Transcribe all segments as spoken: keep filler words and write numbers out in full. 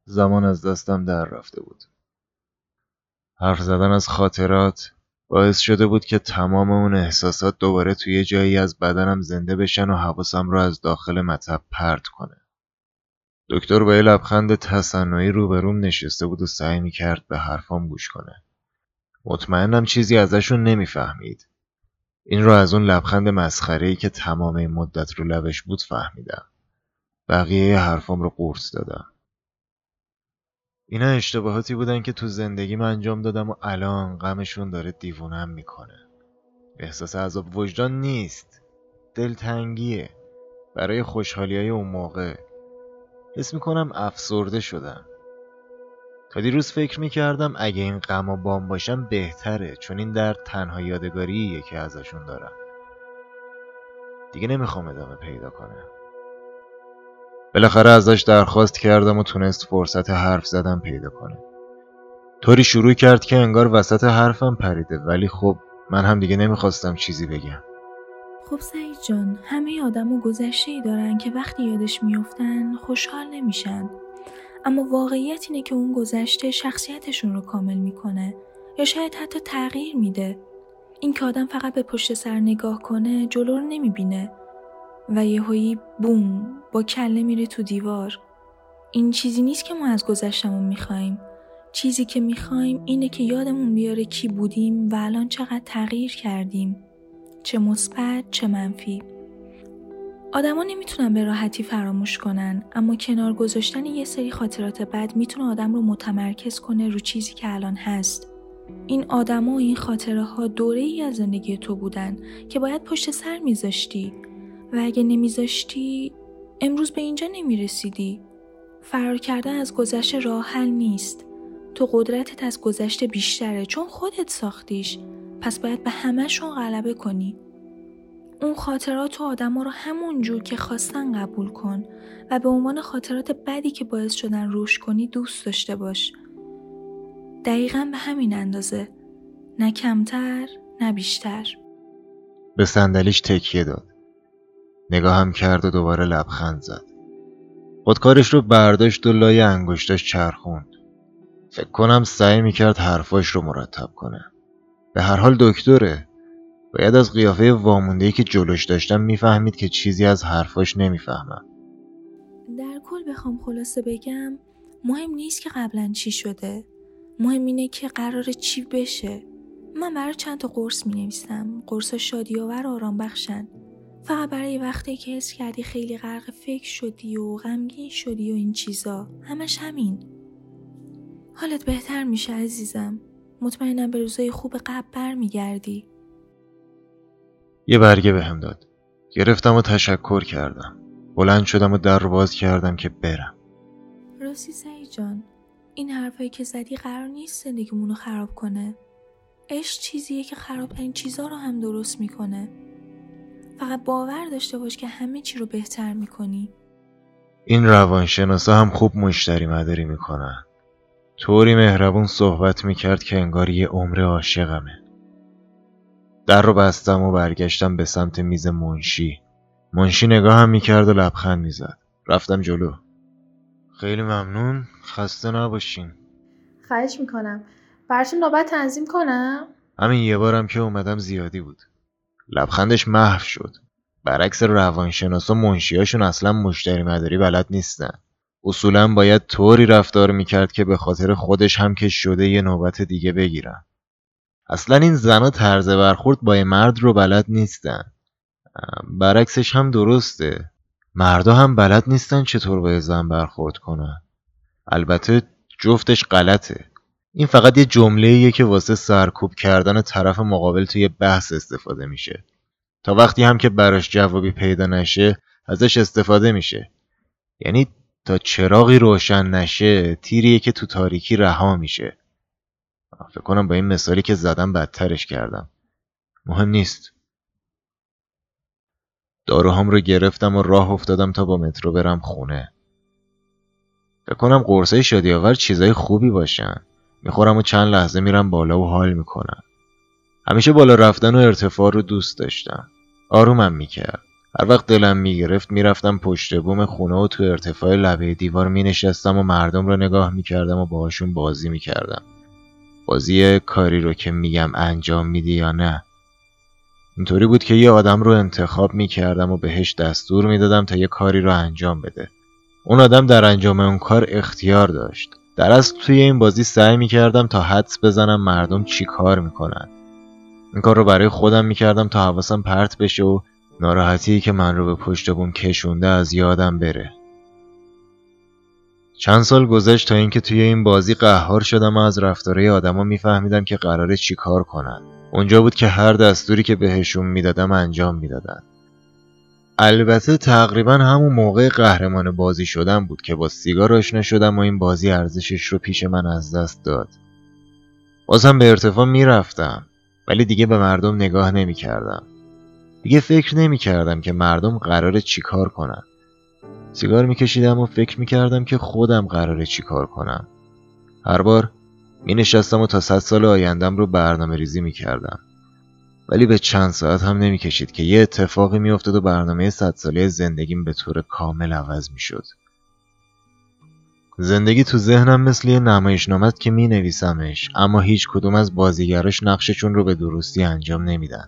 زمان از دستم در رفته بود. حرف زدن از خاطرات باعث شده بود که تمام اون احساسات دوباره توی جایی از بدنم زنده بشن و حواسم رو از داخل مطب پرت کنه. دکتر با یه لبخند تصنعی روبروم نشسته بود و سعی می‌کرد به حرفام گوش کنه. مطمئنم چیزی ازشون نمیفهمید. این رو از اون لبخند مسخره‌ای که تمام این مدت رو لبش بود فهمیدم. بقیه حرفام رو قورت دادم. اینا اشتباهاتی بودن که تو زندگیم انجام دادم و الان غمشون داره دیوونم میکنه. احساس عذاب وجدان نیست، دلتنگیه برای خوشحالیای اون موقع. حس میکنم افسرده شدم. تا دیروز فکر میکردم اگه این غم و بام باشم بهتره، چون این درد تنها یادگاریه که ازشون دارم. دیگه نمیخوام ادامه پیدا کنم. بالاخره ازش درخواست کردم و تونست فرصت حرف زدن پیدا کنه. طوری شروع کرد که انگار وسط حرفم پریده، ولی خب من هم دیگه نمیخواستم چیزی بگم. خب سعید جان، همه آدمو گذشته‌ای دارن که وقتی یادش میافتن خوشحال نمیشن. اما واقعیت اینه که اون گذشته شخصیتشون رو کامل میکنه یا شاید حتی تغییر میده. این که آدم فقط به پشت سر نگاه کنه جلو رو نمیبینه و یهویی بوم با کله میره تو دیوار. این چیزی نیست که ما از گذشتمون میخوایم. چیزی که میخوایم اینه که یادمون بیاره کی بودیم و الان چقدر تغییر کردیم، چه مثبت چه منفی. آدما نمیتونن به راحتی فراموش کنن، اما کنار گذاشتن یه سری خاطرات بد میتونه آدم رو متمرکز کنه رو چیزی که الان هست. این آدما و این خاطره ها دوره‌ای از زندگی تو بودن که باید پشت سر میذاشتی و اگه نمیذاشتی امروز به اینجا نمیرسیدی. فرار کردن از گذشته راه حل نیست. تو قدرتت از گذشته بیشتره چون خودت ساختیش، پس باید به همه‌شون غلبه کنی. اون خاطرات و آدما رو همون جور که خواستن قبول کن و به عنوان خاطرات بدی که باعث شدن روش کنی دوست داشته باش. دقیقاً به همین اندازه، نه کمتر نه بیشتر. به صندلیش تکیه داد. نگاهم کرد و دوباره لبخند زد. خودکارش رو برداشت و لای انگشتاش چرخوند. فکر کنم سعی میکرد حرفاش رو مرتب کنه. به هر حال دکتره. باید از قیافه وامونده‌ای که جلوش داشتم میفهمید که چیزی از حرفاش نمیفهمم. در کل بخوام خلاصه بگم، مهم نیست که قبلا چی شده. مهم اینه که قراره چی بشه. من برای چند تا قرص مینویسم. قرصا شادی‌آور و آرام بخشن. فقط برای وقتی که حس کردی خیلی غرق فکر شدی و غمگین شدی و این چیزا. همش همین. حالت بهتر میشه عزیزم. مطمئنم به روزای خوب قبل برمیگردی. یه برگه بهم داد. گرفتم و تشکر کردم. بلند شدم و در رو باز کردم که برم. راستی سعید جان، این حرفایی که زدی قرار نیست زندگیمونو خراب کنه. عشق چیزیه که خرابترین چیزا رو هم درست میکنه. فقط باور داشته باش که همه چی رو بهتر میکنی. این روانشناسا هم خوب مشتری مداری میکنن. طوری مهربون صحبت میکرد که انگار یه عمر عاشقمه. در رو بستم و برگشتم به سمت میز منشی. منشی نگاهم میکرد و لبخند میزد. رفتم جلو. خیلی ممنون، خسته نباشین. خواهش میکنم. براتون نوبت تنظیم کنم؟ همین یه بارم که اومدم زیادی بود. لبخندش محو شد. برعکس روانشناسا منشیاشون اصلا مشتری مداری بلد نیستن. اصولا باید طوری رفتار میکرد که به خاطر خودش هم که شده یه نوبت دیگه بگیرن. اصلا این زنا طرز برخورد با مرد رو بلد نیستن. برعکسش هم درسته. مردا هم بلد نیستن چطور با زن برخورد کنن. البته جفتش غلطه. این فقط یه جمله‌ایه که واسه سرکوب کردن طرف مقابل توی بحث استفاده میشه. تا وقتی هم که براش جوابی پیدا نشه ازش استفاده میشه. یعنی تا چراغی روشن نشه تیریه که تو تاریکی رها میشه. فکر کنم با این مثالی که زدم بدترش کردم. مهم نیست. داروهام رو گرفتم و راه افتادم تا با مترو برم خونه. فکر کنم قرصای شادی‌آور چیزای خوبی باشن. میخورم و چند لحظه میرم بالا و حال میکنم. همیشه بالا رفتن و ارتفاع رو دوست داشتم. آرومم میکرد. هر وقت دلم میگرفت میرفتم پشت بوم خونه و تو ارتفاع لبه دیوار مینشستم و مردم رو نگاه میکردم و باهاشون بازی میکردم. بازی کاری رو که میگم انجام میدی یا نه. اینطوری بود که یه آدم رو انتخاب میکردم و بهش دستور میدادم تا یه کاری رو انجام بده. اون آدم در انجام اون کار اختیار داشت. در اصل توی این بازی سعی میکردم تا حدس بزنم مردم چی کار میکنن. این کار رو برای خودم میکردم تا حواسم پرت بشه و ناراحتی که من رو به پشت بوم کشونده از یادم بره. چند سال گذشت تا اینکه توی این بازی قهار شدم و از رفتارهای آدما میفهمیدم که قراره چی کار کنن. اونجا بود که هر دستوری که بهشون میدادم انجام میدادن. البته تقریبا همون موقع قهرمان بازی شدم بود که با سیگار آشنا شدم و این بازی ارزشش رو پیش من از دست داد. بازم به ارتفاع میرفتم ولی دیگه به مردم نگاه نمی کردم. دیگه فکر نمی کردم که مردم قراره چی کار کنن. سیگار می کشیدم و فکر می کردم که خودم قراره چی کار کنم. هر بار می نشستم و تا صد سال آیندم رو برنامه ریزی می کردم. ولی به چند ساعت هم نمی کشید که یه اتفاقی می افتاد و برنامه صد ساله زندگیم به طور کامل عوض می شد. زندگی تو ذهنم مثل یه نمایشنامه است که می نویسمش، اما هیچ کدوم از بازیگراش نقششون رو به درستی انجام نمیدن.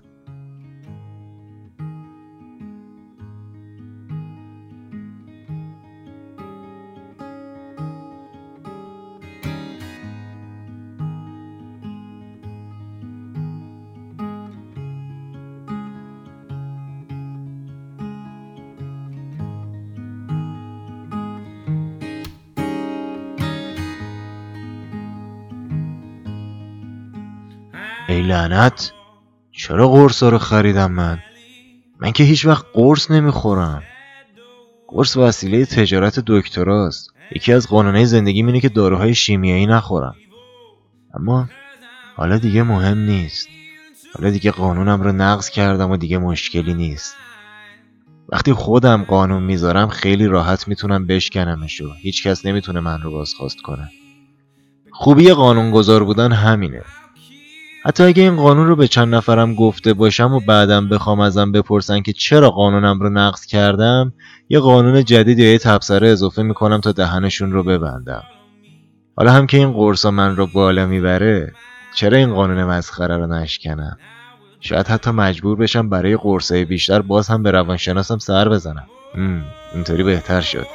ای لعنت، چرا قرصا رو خریدم من؟ من که هیچ وقت قرص نمیخورم. قرص وسیله تجارت دکتراست. یکی از قانونهای زندگی اینه که داروهای شیمیایی نخورم. اما حالا دیگه مهم نیست. حالا دیگه قانونم رو نقض کردم و دیگه مشکلی نیست. وقتی خودم قانون میذارم خیلی راحت میتونم بشکنمشو. هیچ کس نمیتونه من رو بازخواست کنه. خوبی قانونگذار بودن همینه. حتی اگه این قانون رو به چند نفرم گفته باشم و بعدم بخوام ازم بپرسن که چرا قانونم رو نقض کردم، یه قانون جدید یا یه تبصره اضافه میکنم تا دهنشون رو ببندم. حالا هم که این قرصا من رو بالا میبره، چرا این قانون مسخره رو نشکنم؟ شاید حتی مجبور بشم برای قرصای بیشتر باز هم به روانشناسم سر بزنم. ام، اینطوری بهتر شد.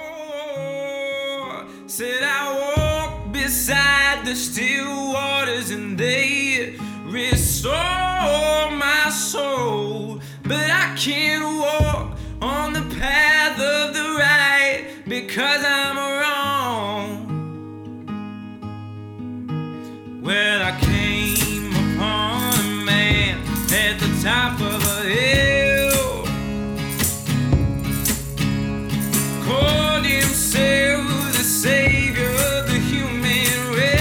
Restore my soul, but I can't walk on the path of the right because I'm wrong. Well, I came upon a man at the top of a hill, called himself the savior of the human race.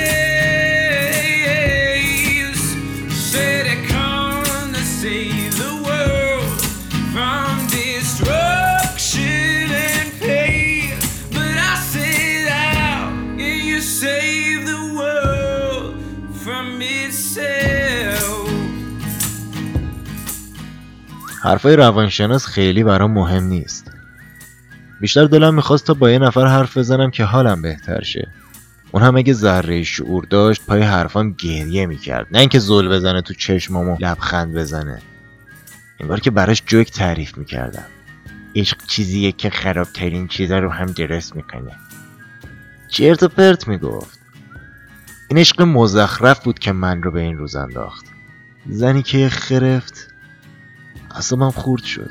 حرفای روانشناس خیلی برام مهم نیست. بیشتر دلم میخواست تا با یه نفر حرف بزنم که حالم بهتر شه. اون هم اگه ذره شعور داشت پای حرفام گریه میکرد، نه اینکه زل بزنه تو چشمامو لبخند بزنه. این بار که براش جوک تعریف میکردم. عشق چیزیه که خرابترین چیزا رو هم درست میکنه. چرت و پرت میگفت. این عشق مزخرف بود که من رو به این روز انداخت. زنی که خرفت اصلا خورد شد.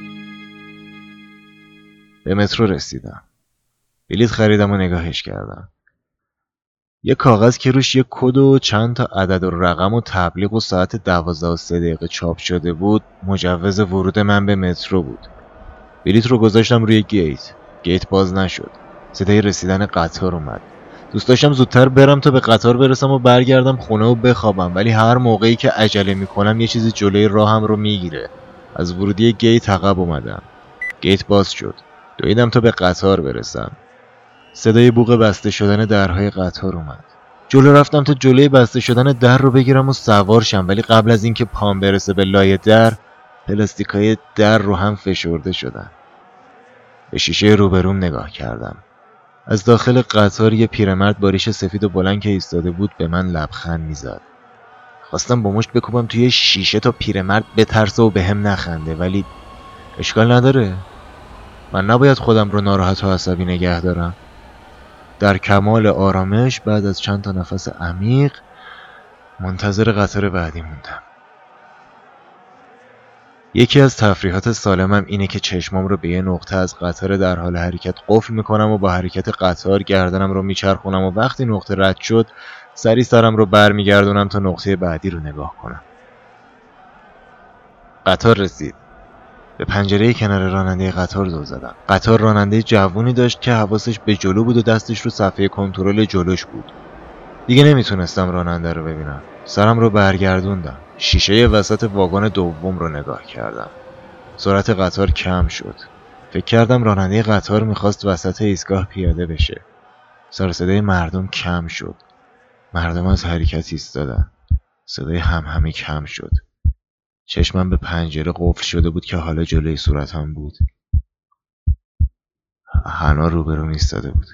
به مترو رسیدم. بلیط خریدم و نگاهش کردم. یه کاغذ که روش یه کد و چند تا عدد و رقم و تبلیغ و ساعت دوازده و سه دقیقه چاپ شده بود مجوز ورود من به مترو بود. بلیط رو گذاشتم روی گیت. گیت باز نشد. صدای رسیدن قطار اومد. دوست داشتم زودتر برم تا به قطار برسم و برگردم خونه و بخوابم، ولی هر موقعی که عجله میکنم یه چیزی جلوی راهم رو میگیره. از ورودی گیت عقب اومدم. گیت باز شد. دویدم تا به قطار برسم. صدای بوق بسته شدن درهای قطار اومد. جلو رفتم تا جلوی بسته شدن در رو بگیرم و سوار شم، ولی قبل از اینکه پام برسه به لای در، پلاستیکای در رو هم فشرده شدن. به شیشه روبروم نگاه کردم. از داخل قطار یه پیرمرد با ریش سفید و بلند که ایستاده بود به من لبخند میزد. خواستم با مشت بکوبم توی شیشه تا پیرمرد بترسه و بهم نخنده، ولی اشکال نداره. من نباید خودم رو ناراحت و عصبی نگه دارم. در کمال آرامش بعد از چند تا نفس عمیق منتظر قطار بعدی موندم. یکی از تفریحات سالمم اینه که چشمام رو به یه نقطه از قطار در حال حرکت قفل میکنم و با حرکت قطار گردنم رو میچرخونم و وقتی نقطه رد شد سری سرم رو برمیگردونم تا نقطه بعدی رو نگاه کنم. قطار رسید. به پنجره کنار راننده قطار زل زدم. قطار راننده جوونی داشت که حواسش به جلو بود و دستش رو صفحه کنترل جلوش بود. دیگه نمیتونستم راننده رو ببینم. سرم رو برگردوندم. شیشه وسط واگن دوم رو نگاه کردم. سرعت قطار کم شد. فکر کردم راننده قطار میخواست وسط ایستگاه پیاده بشه. سر صدای مردم کم شد. مردم از حرکت ایستادن. صدای همهمه کم شد. چشمم به پنجره قفل شده بود که حالا جلوی صورتم بود. حنا روبروم ایستاده بود.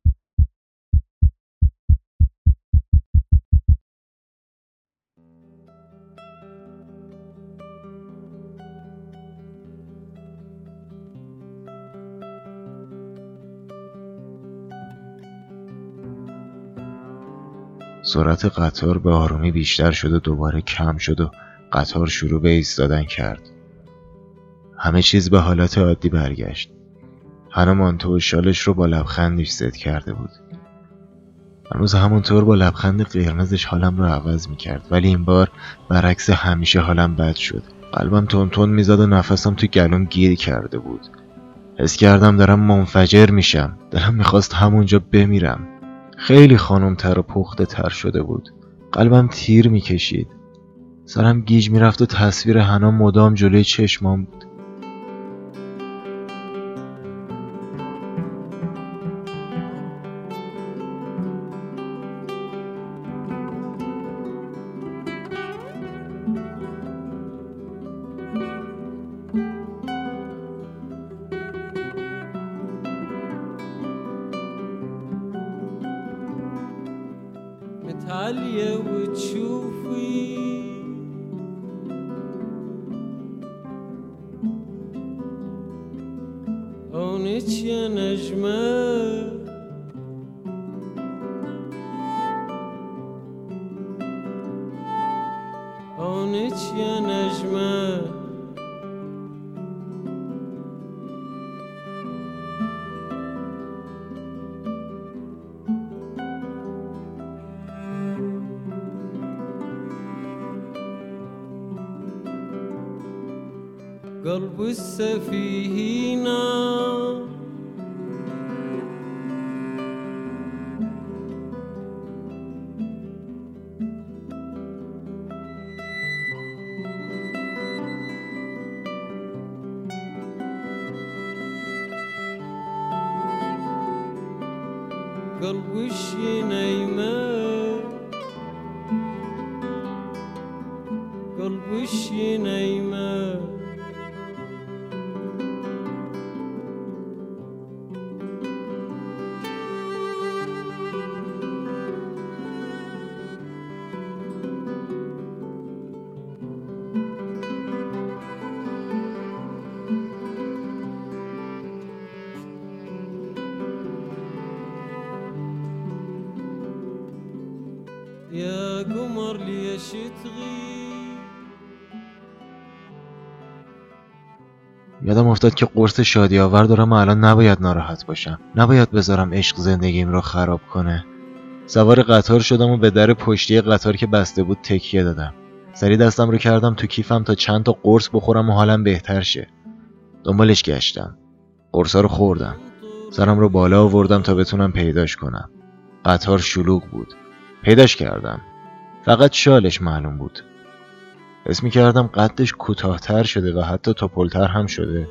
سرعت قطار به آرومی بیشتر شد و دوباره کم شد و قطار شروع به ایستادن کرد. همه چیز به حالت عادی برگشت. حنا مانتو و شالش رو با لبخندش ست کرده بود. هنوز همونطور با لبخند قرمزش حالم رو عوض میکرد، ولی این بار برعکس همیشه حالم بد شد. قلبم تون تون میزد و نفسم تو گلوم گیر کرده بود. حس کردم دارم منفجر میشم. دلم میخواست همونجا بمیرم. خیلی خانم تر و پخته تر شده بود. قلبم تیر میکشید. سرم گیج میرفت و تصویر حنا مدام جلوی چشمام بود. عالية وتشوفي عونك يا نجمة عونك يا نجمة قلب السفينة قلب الشي نايمة قلب الشي نايمة يا قمر ليش تغيب. یادم افتاد که قرص شادی آور دارم و الان نباید ناراحت باشم. نباید بذارم عشق زندگیم رو خراب کنه. سوار قطار شدم و به در پشتی قطار که بسته بود تکیه دادم. سری دستم رو کردم تو کیفم تا چند تا قرص بخورم و حالم بهتر شه. دنبالش گشتم. قرصا رو خوردم. سرم رو بالا آوردم تا بتونم پیداش کنم. قطار شلوغ بود. پیداش کردم. فقط شالش معلوم بود. حس می‌کردم قدش کوتاه‌تر شده و حتی توپل‌تر هم شده.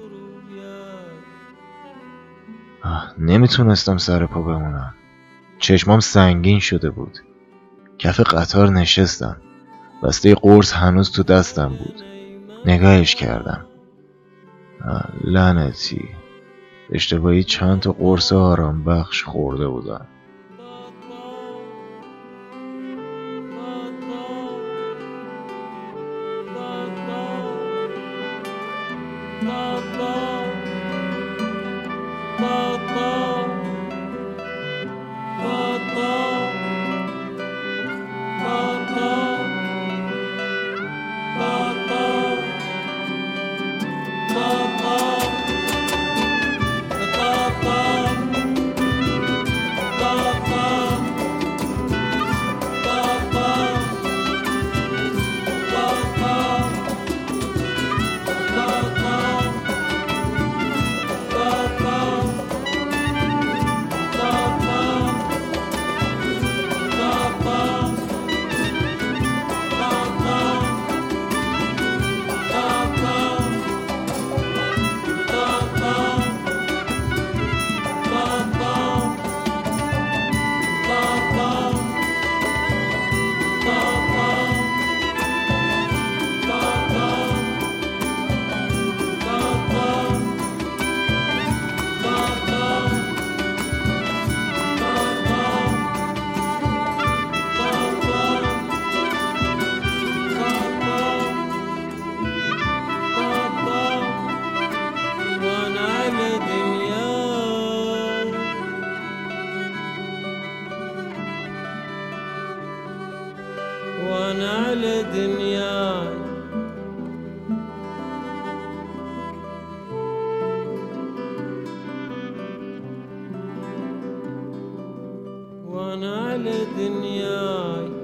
آه، نمیتونستم سر پا بمونم. چشمام سنگین شده بود. کف قطار نشستم. بسته قرص هنوز تو دستم بود. نگاهش کردم. لعنتی، اشتباهی چند تا قرص آرام بخش خورده بودم. وانا على دنياي وانا على دنياي